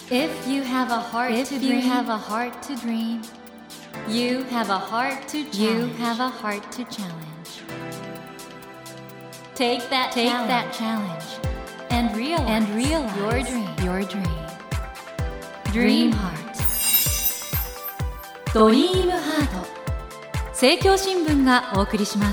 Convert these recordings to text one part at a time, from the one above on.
If you have a heart to dream, you have a heart to dream. You have a heart to challenge. You have a heart to challenge. Take that challenge and realize your dream. Dream Heart. ドリームハート。政教新聞がお送りします。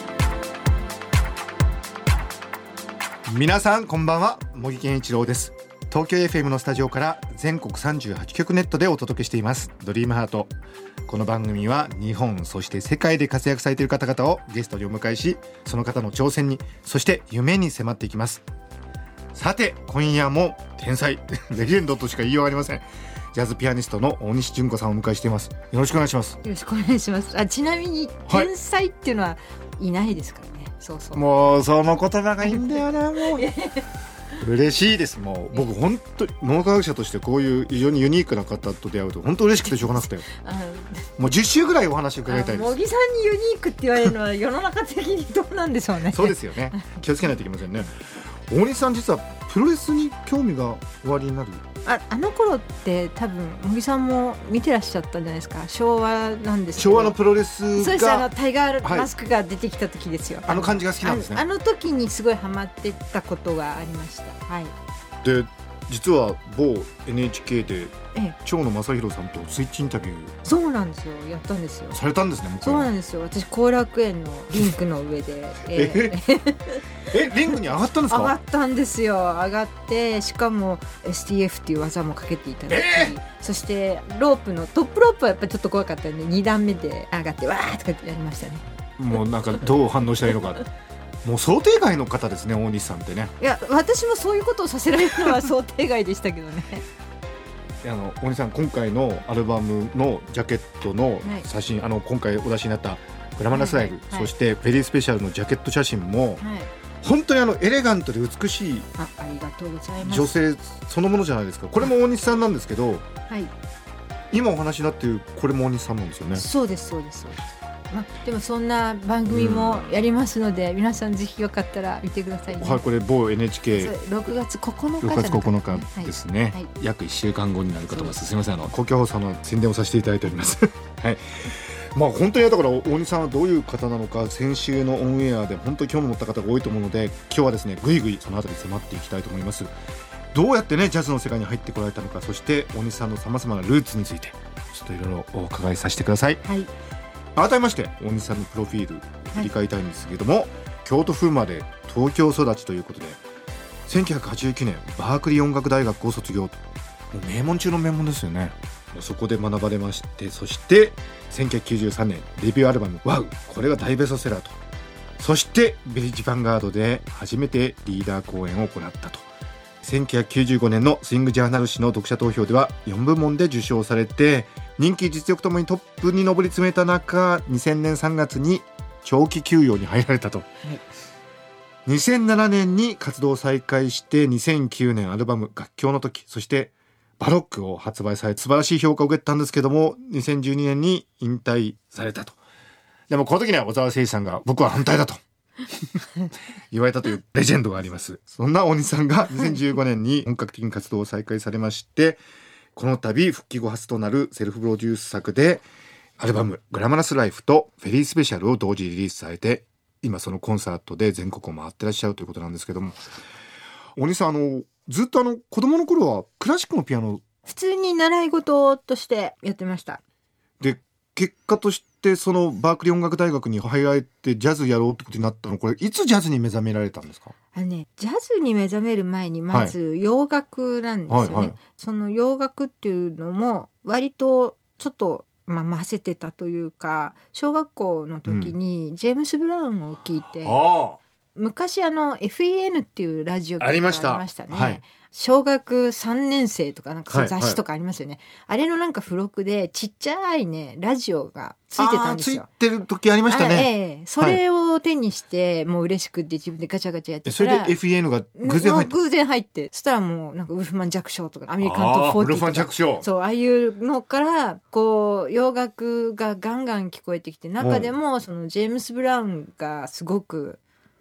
皆さんこんばんは、茂木健一郎です。東京 FM のスタジオから全国38局ネットでお届けしていますドリームハート。この番組は日本そして世界で活躍されている方々をゲストにお迎えし、その方の挑戦にそして夢に迫っていきます。さて今夜も天才レジェンドとしか言いようがありません。ジャズピアニストの大西純子さんをお迎えしています。よろしくお願いします。 よろしくお願いします。ちなみに天才っていうのはいないですからね、そうそう、 もうその言葉がいいんだよなもう嬉しいです。もう僕本当に脳科学者としてこういう非常にユニークな方と出会うと本当嬉しくてしょうがなくてもう10週ぐらいお話を伺いたいです。 茂木さんにユニークって言われるのは世の中的にどうなんでしょうね。 そうですよね、気をつけないといけませんね。大西さん実はプロレスに興味がおありになる。 あの頃って多分茂木さんも見てらっしゃったんじゃないですか。昭和なんですけど、 昭和のプロレスが、 そうです、タイガーマスクが出てきた時ですよ、 あの感じが好きなんですね。 あの時にすごいハマってたことがありました、はい、 で実は某 NHK で蝶野正弘さんとスイッチインタビュー、 そうなんですよ、やったんですよ。 されたんですね。 そうなんですよ。私後楽園のリンクの上でリングに上がったんですか。 上がったんですよ。上がってしかも STF っていう技もかけていただき、そしてロープのトップロープはやっぱりちょっと怖かったんで2段目で上がってわーとかやりましたね。もうなんかどう反応したらいいのかもう想定外の方ですね、大西さんってね。 いや私もそういうことをさせられるのは想定外でしたけどね大西さん今回のアルバムのジャケットの写真、今回お出しになったグラマラスライブ、そしてフェリースペシャルのジャケット写真も、本当にエレガントで美しいありがとうございます。 女性そのものじゃないですか。これも大西さんなんですけど、今お話になっているこれも大西さんなんですよね。 そうですそうです。でもそんな番組もやりますので、皆さんぜひよかったら見てくださいね。 はい、これ某 NHK6 月9日 6月9日ですね、約1週間後になるかと思います。すみません、公共放送の宣伝をさせていただいておりますはい、本当にだから大西さんはどういう方なのか、先週のオンエアで本当に興味を持った方が多いと思うので、今日はですねぐいぐいそのあたり迫っていきたいと思います。どうやってねジャズの世界に入ってこられたのか、そして大西さんのさまざまなルーツについてちょっといろいろお伺いさせてください。改めまして大西さんのプロフィール振り返りたいんですけども、京都府生まれ東京育ちということで1989年バークリー音楽大学を卒業と、もう名門中の名門ですよね。そこで学ばれまして、そして1993年デビューアルバムワウ、これが大ベストセラーと、そしてビリッジヴァンガードで初めてリーダー公演を行ったと。1995年のスイングジャーナル誌の読者投票では4部門で受賞されて、人気実力ともにトップに上り詰めた中、2000年3月に長期休養に入られたと、2007年に活動を再開して、2009年アルバム楽境の時、そしてバロックを発売され素晴らしい評価を受けたんですけども、2012年に引退されたと。でもこの時には小澤征爾さんが僕は反対だと言われたというレジェンドがあります。そんな大西さんが2015年に本格的に活動を再開されまして、この度復帰後初となるセルフプロデュース作でアルバムグラマラスライフとフェリースペシャルを同時リリースされて、今そのコンサートで全国を回ってらっしゃるということなんですけども、大西さんずっと子供の頃はクラシックのピアノ普通に習い事としてやってました。 で結果としてそのバークリー音楽大学に入られてジャズやろうってことになったの、これいつジャズに目覚められたんですか。 ジャズに目覚める前にまず洋楽なんですよね、その洋楽っていうのも割とちょっと混ぜてたというか、小学校の時にジェームス・ブラウンを聞いて、昔FEN っていうラジオがありましたね、小学3年生とかなんかそういう雑誌とかありますよね、あれのなんか付録でちっちゃいねラジオがついてたんですよ。 ついてる時ありましたね。 それを手にしてもう嬉しくって自分でガチャガチャやってたら、 それで FEN が偶然入って、 そしたらもうなんかウルフマン弱小とかアメリカント40 ウルフマン弱小、 そうああいうのからこう洋楽がガンガン聞こえてきて、中でもそのジェームス・ブラウンがすごく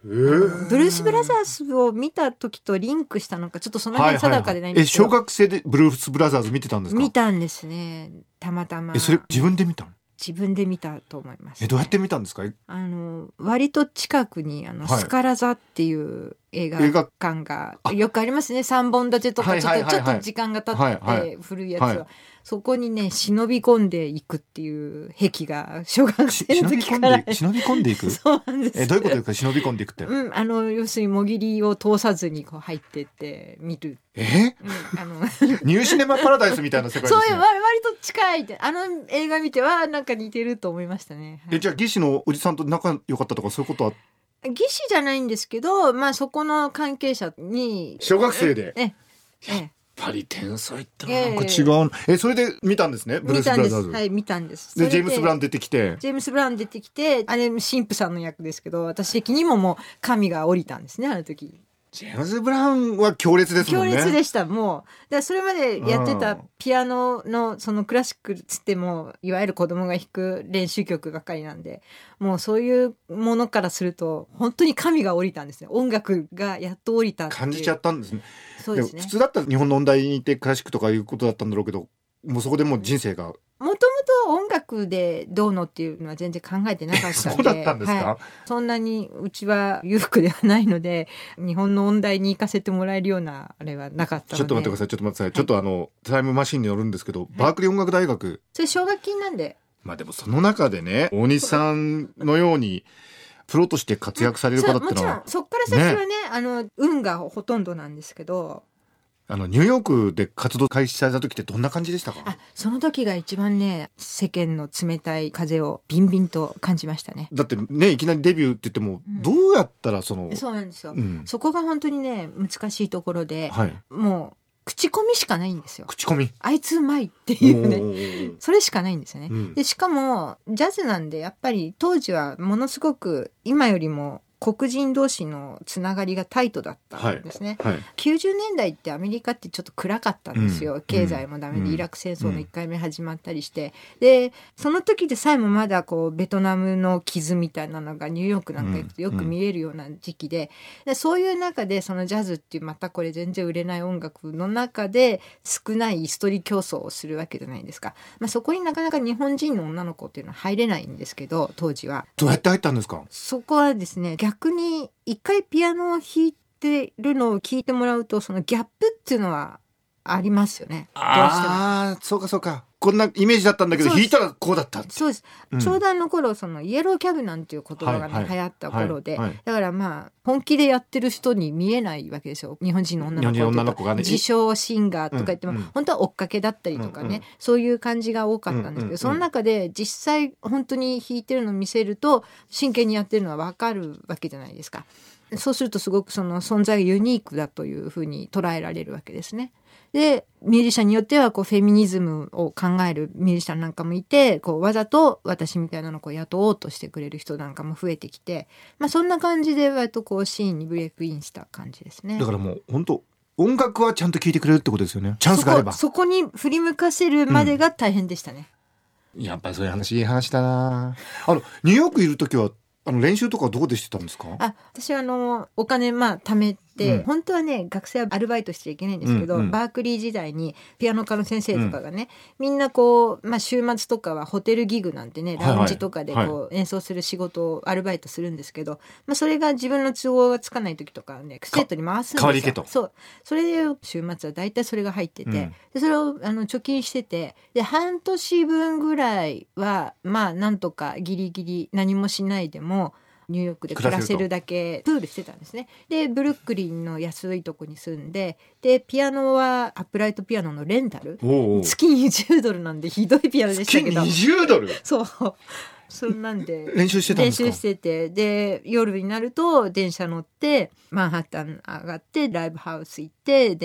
ブルース・ブラザーズを見た時とリンクしたのかちょっとその辺定かでないんですけど、 小学生でブルース・ブラザーズ見てたんですか？ 見たんですね、たまたま。 それ自分で見たの？ 自分で見たと思います、ね。 どうやって見たんですか？ 割と近くにスカラ座っていう映画館がよくありますね。3本立てとかちょっと時間が経って古いやつは、そこにね忍び込んでいくっていう癖が小学生の時から忍び込んでいくそうなんです。 どういうことですか？忍び込んでいくって、 要するにもぎりを通さずにこう入ってって見る。 ニューシネマパラダイスみたいな世界ですね。 そういう割と近いって映画見てはなんか似てると思いましたね。 じゃあ技師のおじさんと仲良かったとかそういうことは？ 技師じゃないんですけど、そこの関係者に小学生でやっぱり天才ってなんか違う、それで見たんですね、ブルース・ブラザーズ。 はい、見たんです。 でジェームス・ブラウン出てきて、 あれ神父さんの役ですけど、私的にももう神が降りたんですね、あの時。 ジェームス・ブラウンは強烈ですもんね。 強烈でした。もうそれまでやってたピアノのそのクラシックつってもいわゆる子供が弾く練習曲ばっかりなんで、もうそういうものからすると本当に神が降りたんですね。音楽がやっと降りたって感じちゃったんですね。 そうですね。 普通だったら日本の音大にいてクラシックとかいうことだったんだろうけど、もうそこでもう人生がもともと音楽でどうのっていうのは全然考えてなかったんで。 そうだったんですか？ そんなにうちは裕福ではないので日本の音大に行かせてもらえるようなあれはなかったので。 ちょっと待ってください、ちょっとタイムマシンに乗るんですけど、バークリー音楽大学、 それ奨学金なんで。 でもその中でね、大西さんのようにプロとして活躍される方ってのは、 もちろんそっから先はね、運がほとんどなんですけど、 ニューヨークで活動開始された時ってどんな感じでしたか？ その時が一番ね、世間の冷たい風をビンビンと感じましたね。 だってね、いきなりデビューって言っても、どうやったらそうなんですよ、そこが本当にね難しいところで、もう口コミしかないんですよ。 口コミ、 あいつうまいっていうねそれしかないんですよね、でしかもジャズなんでやっぱり当時はものすごく今よりも黒人同士のつながりがタイトだったんですね、90年代ってアメリカってちょっと暗かったんですよ、経済もダメで、イラク戦争の1回目始まったりして、でその時でさえもまだこうベトナムの傷みたいなのがニューヨークなんか行くとよく見えるような時期で、そういう中でそのジャズっていうまたこれ全然売れない音楽の中で少ない椅子取り競争をするわけじゃないですか、そこになかなか日本人の女の子っていうのは入れないんですけど、当時は。 どうやって入ったんですか？ そこはですね、逆に一回ピアノを弾いてるのを聞いてもらうと、そのギャップっていうのはありますよね。 そうかそうか、こんなイメージだったんだけど弾いたらこうだった。 そうです、ちょうどあの頃そのイエローキャブなんていう言葉がね、流行った頃で、だから本気でやってる人に見えないわけですよ、日本人の女の子がね。自称シンガーとか言っても、本当は追っかけだったりとかね、そういう感じが多かったんですけど、その中で実際本当に弾いてるのを見せると真剣にやってるのは分かるわけじゃないですか。そうするとすごくその存在がユニークだというふうに捉えられるわけですね。でミュージシャンによってはこうフェミニズムを考えるミュージシャンなんかもいて、こうわざと私みたいなのを雇おうとしてくれる人なんかも増えてきて、そんな感じで割とこうシーンにブレイクインした感じですね。 だからもう本当音楽はちゃんと聴いてくれるってことですよね、チャンスがあれば。 そこに振り向かせるまでが大変でしたね、 やっぱりそういう話いい話だな。ニューヨークいる時は練習とかどこでしてたんですか？ 私はお金貯めて、本当はね学生はアルバイトしちゃいけないんですけど、バークリー時代にピアノ科の先生とかがね、みんなこう、週末とかはホテルギグなんてね、ラウンジとかでこう、演奏する仕事をアルバイトするんですけど、それが自分の都合がつかない時とかね、生徒に回すんですよ。 代わり行けと。 そう、それで週末は大体それが入ってて、でそれを貯金してて、で半年分ぐらいはなんとかギリギリ何もしないでもニューヨークで暮らせるだけプールしてたんですね。でブルックリンの安いとこに住んで、でピアノはアップライトピアノのレンタル、月20ドルなんでひどいピアノでしたけど、 月20ドルそうそんなんで練習してたんですか？ 練習してて、で夜になると電車乗ってマンハッタン上がってライブハウス行って、で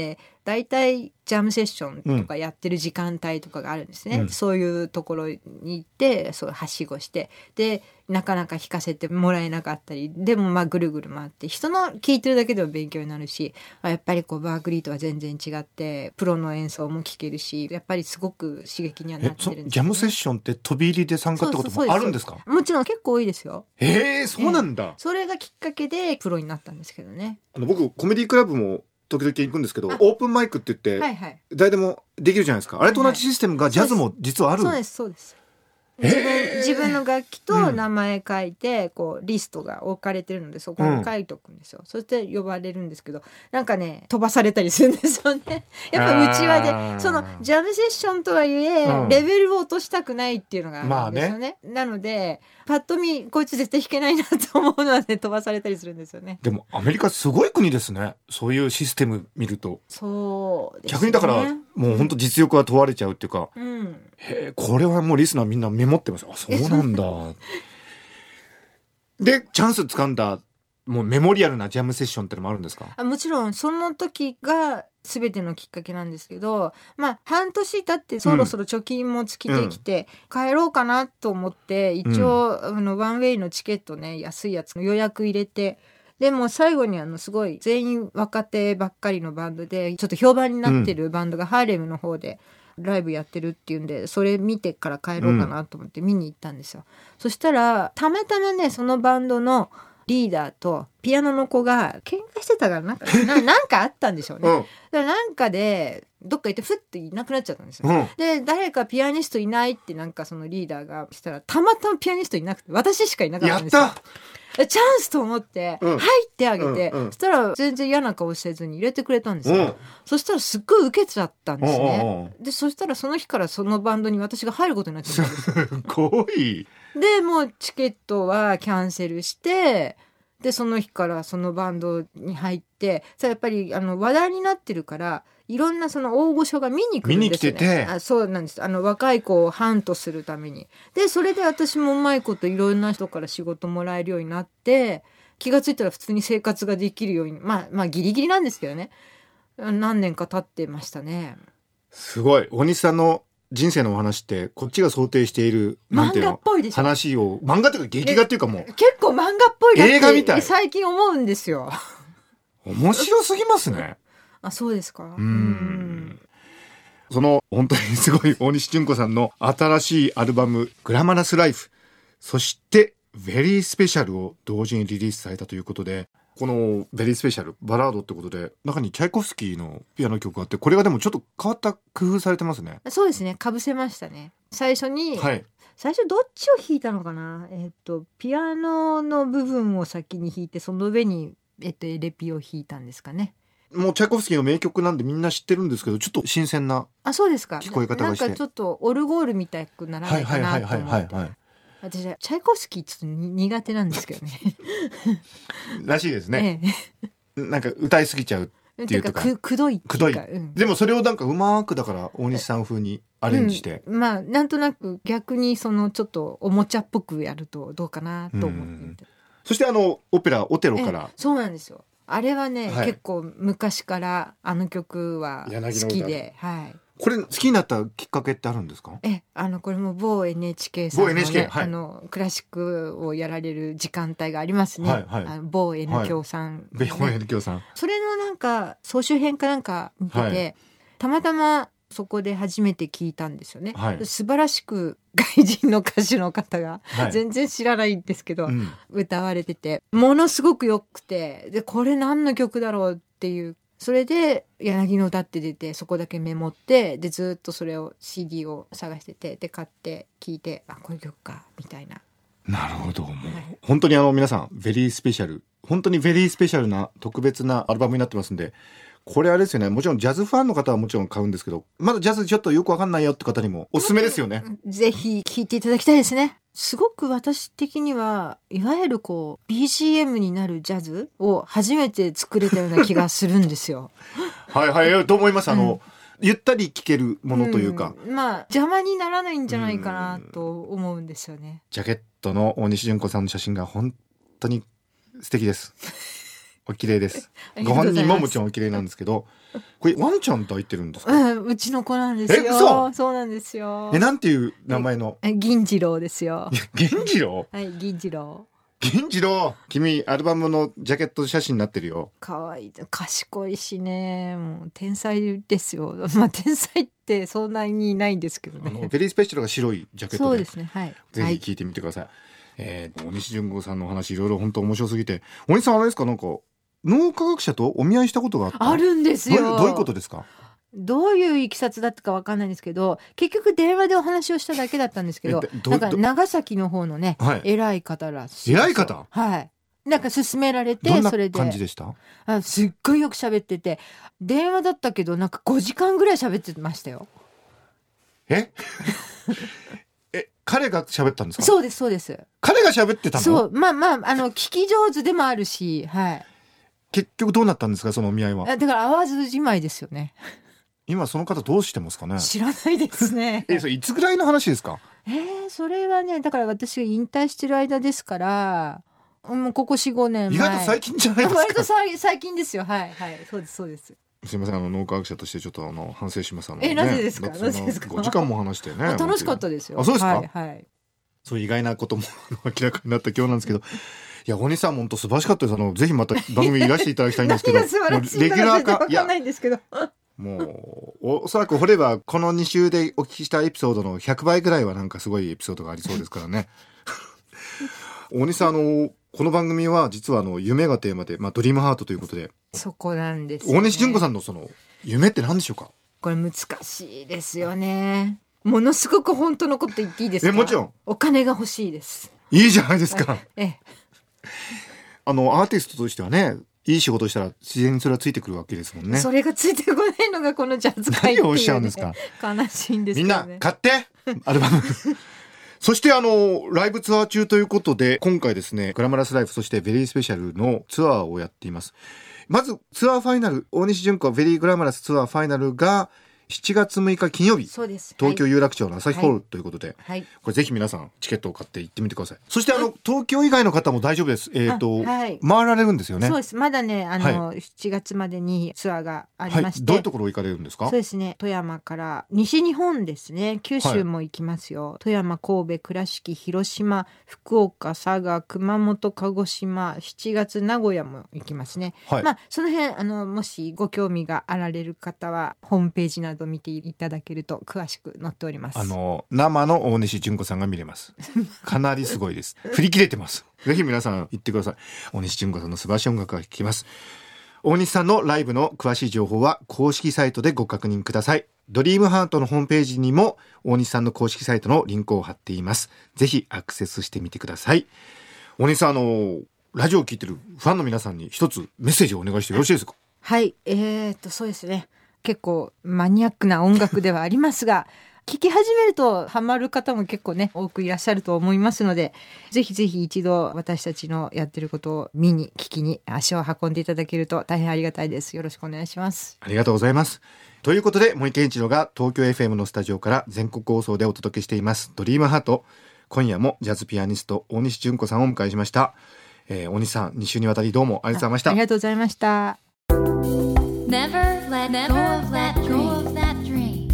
だいたいジャムセッションとかやってる時間帯とかがあるんですね、そういうところに行ってそうはしごして、でなかなか弾かせてもらえなかったり、でもまあぐるぐる回って人の聴いてるだけでも勉強になるし、やっぱりこうバークリーとは全然違ってプロの演奏も聴けるし、やっぱりすごく刺激にはなってるんですよね。 ジャムセッションって飛び入りで参加ってこともあるんですか？ もちろん結構多いですよ。 そうなんだ、 それがきっかけでプロになったんですけどね。 僕コメディクラブも時々行くんですけど、オープンマイクって言って、はいはい、誰でもできるじゃないですか。あれと同じシステムがジャズも実はある。 そうです、そうです。自分の楽器と名前書いて、こうリストが置かれてるのでそこに書いとくんですよ、そして呼ばれるんですけど、なんかね飛ばされたりするんですよね。やっぱ内輪でそのジャムセッションとはいえ、レベルを落としたくないっていうのがあるんですよね、なのでパッと見こいつ絶対弾けないなと思うので飛ばされたりするんですよね。 でもアメリカすごい国ですね、そういうシステム見ると。 そうですね、 逆にだからもう本当実力が問われちゃうっていうか、これはもうリスナーみんなメモってます。あ、そうなんだでチャンス掴んだもうメモリアルなジャムセッションってのもあるんですか？ もちろんその時が全てのきっかけなんですけど、まあ半年経ってそろそろ貯金も尽きてきて、帰ろうかなと思って一応、ワンウェイのチケットね、安いやつの予約入れて、でも最後にすごい全員若手ばっかりのバンドでちょっと評判になってるバンドがハーレムの方でライブやってるっていうんで、それ見てから帰ろうかなと思って見に行ったんですよ、そしたらたまたまねそのバンドのリーダーとピアノの子が喧嘩してたからなんかあったんでしょうね、だからなんかでどっか行ってふっていなくなっちゃったんですよ、で誰かピアニストいないってなんかそのリーダーがしたらたまたまピアニストいなくて私しかいなかったんですよ。やったチャンスと思って入ってあげて、そしたら全然嫌な顔せずに入れてくれたんですよ、そしたらすっごい受けちゃったんですね、でそしたらその日からそのバンドに私が入ることになっちゃったんですよ。 すごい。 でもうチケットはキャンセルして、でその日からそのバンドに入って、やっぱり話題になってるからいろんなその大御所が見に来るんですよね。見に来てて、そうなんです。若い子をハントするために。でそれで私もうまいこといろんな人から仕事もらえるようになって、気がついたら普通に生活ができるように、まあギリギリなんですけどね、何年か経ってましたね。 すごい。大西さんの人生のお話ってこっちが想定しているなんていうの、漫画っぽいでしょ。話を漫画っていうか劇画っていうかもう結構漫画っぽいなって映画みたい最近思うんですよ。 面白すぎますね。 あ、そうですか。 その本当にすごい大西純子さんの新しいアルバムグラマラスライフ、そしてベリースペシャルを同時にリリースされたということで、このベリースペシャルバラードってことで中にチャイコフスキーのピアノ曲があって、これがでもちょっと変わった工夫されてますね。 そうですね、かぶせましたね。最初に、最初どっちを弾いたのかな、ピアノの部分を先に弾いてその上に、エレピを弾いたんですかね。 もうチャイコフスキーの名曲なんでみんな知ってるんですけど、ちょっと新鮮な聞こえ方がして、 なんかちょっとオルゴールみたくならないかなと思って。私はチャイコフスキーちょっと苦手なんですけどねらしいですね、なんか歌いすぎちゃうっていうとかくどいっていうか、 でもそれをなんかうまくだから大西さん風にアレンジして、 まあなんとなく逆にそのちょっとおもちゃっぽくやるとどうかなと思って、 そしてオペラオテロから、 そうなんですよ。あれはね、結構昔から曲は好きで、 これ好きになったきっかけってあるんですか？ これも某 NHK さんのね、クラシックをやられる時間帯がありますね、某 N 響さん、それのなんか総集編かなんか見てて、たまたまそこで初めて聞いたんですよね、素晴らしく外人の歌手の方が、全然知らないんですけど、歌われててものすごくよくて、でこれ何の曲だろうっていう、それで柳の歌って出てそこだけメモって、でずっとそれを CD を探してて、で買って聞いて、あ、こういう曲かみたいな。 なるほど、もう本当に皆さんベリースペシャル、本当にベリースペシャルな特別なアルバムになってますんで、これあれですよね、もちろんジャズファンの方はもちろん買うんですけど、まだジャズちょっとよくわかんないよって方にもおすすめですよね。 ぜひ聴いていただきたいですね。すごく私的にはいわゆるこう BGM になるジャズを初めて作れたような気がするんですよと思います。ゆったり聴けるものというか、 まあ邪魔にならないんじゃないかなと思うんですよね。 ジャケットの大西純子さんの写真が本当に素敵ですお綺麗ですありがとご本うございます人ももちろんお綺麗なんですけど、これワンちゃん抱いてるんですか？ うちの子なんですよ。 嘘そうなんですよ。 なんていう名前の？ 銀次郎ですよ。 銀次郎？ はい、銀次郎。 銀次郎、君アルバムのジャケット写真になってるよ。 可愛い、賢いしね、もう天才ですよ。まあ天才ってそんなにいないんですけどね。 ベリースペシャルが白いジャケットで、 そうですね、はい。 ぜひ聞いてみてください。大西純子さんのお話いろいろ本当面白すぎて、大西さんあれですか、なんか脳科学者とお見合いしたことがあった？ あるんですよ。 どういうことですか？ どういういきさつだったかわかんないんですけど、結局電話でお話をしただけだったんですけど、なんか長崎の方のね、 はい、 偉い方らしい。 偉い方？ はい。なんか勧められて、 どんなそれで。 感じでした？ すっごいよく喋ってて、電話だったけどなんか5時間ぐらい喋ってましたよ。 彼が喋ったんですか？ そうですそうです。 彼が喋ってたの？ そう、まあ聞き上手でもあるし、はい。 結局どうなったんですか、そのお見合いは？ だから会わずじまいですよね。 今その方どうしてますかね？ 知らないですね。 それいつぐらいの話ですか？ それはね、だから私が引退してる間ですから、もうここ 4,5 年前。 意外と最近じゃないですか？ 割と最近ですよ。はいはい、そうですそうです。 すみません、脳科学者としてちょっと反省します。 なぜですか？なぜですか ？5時間も話してね。 楽しかったですよ。 あ、そうですか？ はいはい。 そういう意外なことも明らかになった今日なんですけど、いや大西さんも本当素晴らしかったです。ぜひまた番組いらしていただきたいんですけど、 何が素晴らしいんだろうって分かんないんですけど、 もうおそらく掘ればこの2週でお聞きしたエピソードの100倍ぐらいはなんかすごいエピソードがありそうですからね。大西さん、この番組は実は夢がテーマで、ドリームハートということで、 そこなんですよね。 大西純子さんのその夢って何でしょうか？ これ難しいですよね。ものすごく本当のこと言っていいですか？ もちろん。 お金が欲しいです。 いいじゃないですか。 アーティストとしてはね、いい仕事したら自然にそれはついてくるわけですもんね。 それがついてこないのがこのジャズ界っていう、ね、 何をおっしゃるんですか？ 悲しいんですけどね。 みんな買ってアルバムそしてライブツアー中ということで、今回ですね、グラマラスライフそしてベリースペシャルのツアーをやっています。まずツアーファイナル、大西純子ベリーグラマラスツアーファイナルが7月6日金曜日、 そうです、 東京有楽町の朝日ホールということで、 はい、 これぜひ皆さんチケットを買って行ってみてください。そして東京以外の方も大丈夫です。はい、回られるんですよね。 そうです。まだね7月までにツアーがありまして、 どういうところ行かれるんですか？ そうですね、富山から西日本ですね、九州も行きますよ。富山、神戸、倉敷、広島、福岡、佐賀、熊本、鹿児島、7月名古屋も行きますね。その辺もしご興味があられる方はホームページなど見ていただけると詳しく載っております。 生の大西純子さんが見れます。かなりすごいです。振り切れてます。ぜひ皆さん行ってください。大西純子さんの素晴らしい音楽が聴きます。大西さんのライブの詳しい情報は公式サイトでご確認ください。ドリームハートのホームページにも大西さんの公式サイトのリンクを貼っています。ぜひアクセスしてみてください。大西さん、ラジオを聴いてるファンの皆さんに一つメッセージをお願いしてよろしいですか？ はい、そうですね、結構マニアックな音楽ではありますが聴き始めるとハマる方も結構ね多くいらっしゃると思いますので、ぜひぜひ一度私たちのやってることを見に聞きに足を運んでいただけると大変ありがたいです。よろしくお願いします。 ありがとうございます。ということで、森健一郎が東京 FM のスタジオから全国放送でお届けしていますドリームハート。今夜もジャズピアニスト大西純子さんをお迎えしました。大西さん、2週にわたりどうもありがとうございました。 ありがとうございました。 Never let go of that dream.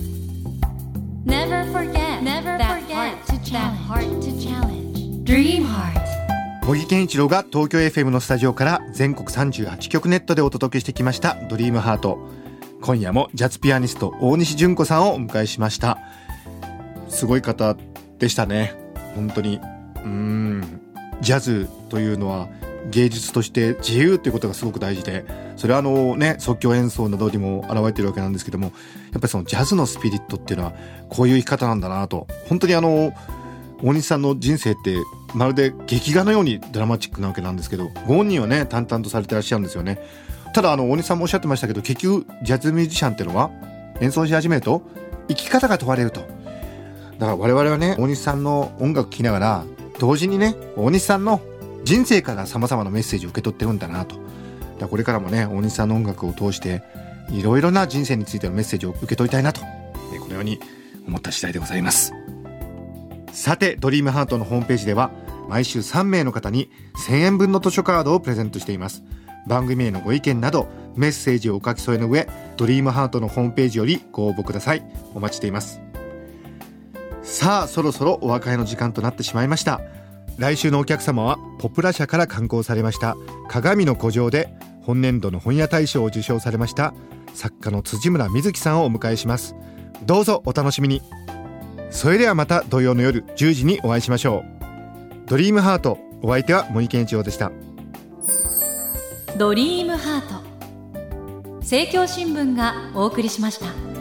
Never forget that heart to challenge. Dream Heart. 森健一郎が東京 FM のスタジオから全国38局ネットでお届けしてきましたドリームハート。今夜もジャズピアニスト大西純子さんをお迎えしました。すごい方でしたね。本当にジャズというのは芸術として自由ということがすごく大事で、それは即興演奏などにも現れているわけなんですけども、やっぱりそのジャズのスピリットっていうのはこういう生き方なんだなと。本当に大西さんの人生ってまるで劇画のようにドラマチックなわけなんですけど、ご本人はね淡々とされてらっしゃるんですよね。ただ大西さんもおっしゃってましたけど、結局ジャズミュージシャンっていうのは演奏し始めると生き方が問われると。だから我々はね、大西さんの音楽聴きながら同時にね、大西さんの人生から様々なメッセージを受け取ってるんだなと。だからこれからもね、大西さんの音楽を通していろいろな人生についてのメッセージを受け取りたいなと、このように思った次第でございます。さて、ドリームハートのホームページでは毎週3名の方に1000円分の図書カードをプレゼントしています。 番組へのご意見などメッセージをお書き添えの上、ドリームハートのホームページよりご応募ください。お待ちしています。さあ、そろそろお別れの時間となってしまいました。来週のお客様はポプラ社から刊行されました鏡の古城で本年度の本屋大賞を受賞されました作家の辻村瑞希さんをお迎えします。どうぞお楽しみに。それではまた土曜の夜10時にお会いしましょう。ドリームハート、お相手は森健一郎でした。 ドリームハート、政教新聞がお送りしました。